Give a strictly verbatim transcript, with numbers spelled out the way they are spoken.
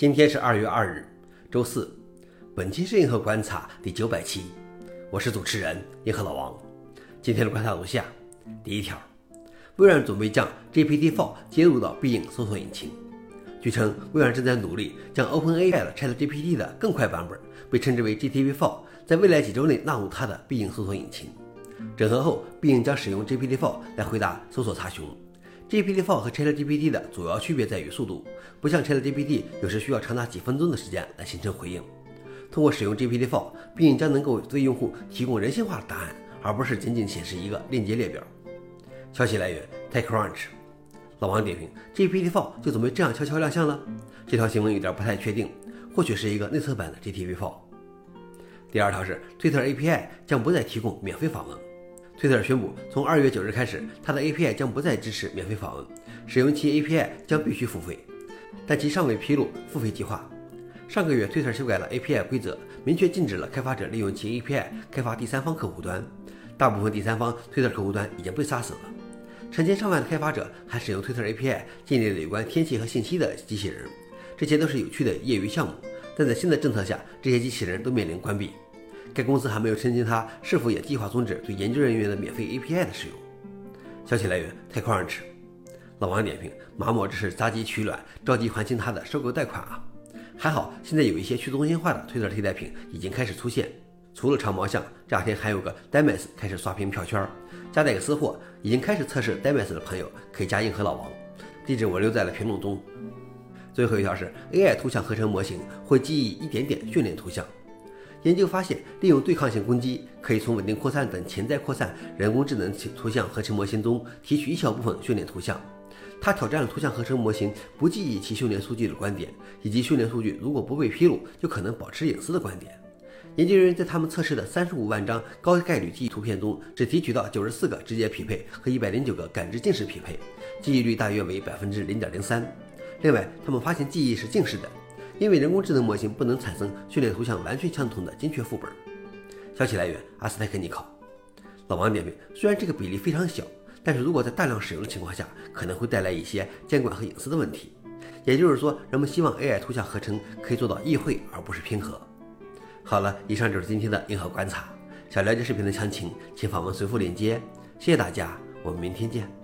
今天是二月二日，周四。本期是银河观察第九百期，我是主持人银河老王。今天的观察如下：第一条，微软准备将 G P T 四 接入到必应搜索引擎。据称，微软正在努力将 OpenAI 的 ChatGPT 的更快版本，被称之为 G T P 四，在未来几周内纳入它的必应搜索引擎。整合后，必应将使用 G P T 四 来回答搜索查询。G P T 四 和 ChatGPT 的主要区别在于速度，不像 ChatGPT 有时需要长达几分钟的时间来形成回应。通过使用 G P T 四，必应将能够为用户提供人性化的答案，而不是仅仅显示一个链接列表。消息来源 TechCrunch。老王点评 G P T 四 就准备这样悄悄亮相了？这条新闻有点不太确定，或许是一个内测版的 G T P 四。第二条是 Twitter A P I 将不再提供免费访问。Twitter 宣布，从二月九日开始，它的 A P I 将不再支持免费访问，使用其 A P I 将必须付费，但其尚未披露付费计划。上个月 Twitter 修改了 A P I 规则，明确禁止了开发者利用其 A P I 开发第三方客户端。大部分第三方 Twitter 客户端已经被杀死了。成千上万的开发者还使用 Twitter A P I 建立了有关天气和信息的机器人，这些都是有趣的业余项目，但在新的政策下，这些机器人都面临关闭。该公司还没有澄清它是否也计划终止对研究人员的免费 A P I 的使用。消息来源 TechCrunch。老王点评：马某这是杀鸡取卵，着急还清他的收购贷款啊！还好，现在有一些去中心化的推特替代品已经开始出现，除了长毛象，这两天还有个 Demis 开始刷屏票圈，加带个私货，已经开始测试 Demis 的朋友可以加硬核老王，地址我留在了评论中。最后一条是 A I 图像合成模型会记忆一点点训练图像。研究发现，利用对抗性攻击，可以从稳定扩散等潜在扩散人工智能图像合成模型中提取一小部分训练图像。它挑战了图像合成模型不记忆其训练数据的观点，以及训练数据如果不被披露就可能保持隐私的观点。研究人员在他们测试的三十五万张高概率记忆图片中，只提取到九十四个直接匹配和一百零九个感知近视匹配，记忆率大约为 百分之零点零三。另外，他们发现记忆是近视的，因为人工智能模型不能产生训练图像完全相同的精确副本。消息来源阿斯泰克尼考。老王点评：虽然这个比例非常小，但是如果在大量使用的情况下，可能会带来一些监管和隐私的问题。也就是说，人们希望 A I 图像合成可以做到意会而不是拼合。好了，以上就是今天的银河观察。想了解视频的详情，请访问随附链接。谢谢大家，我们明天见。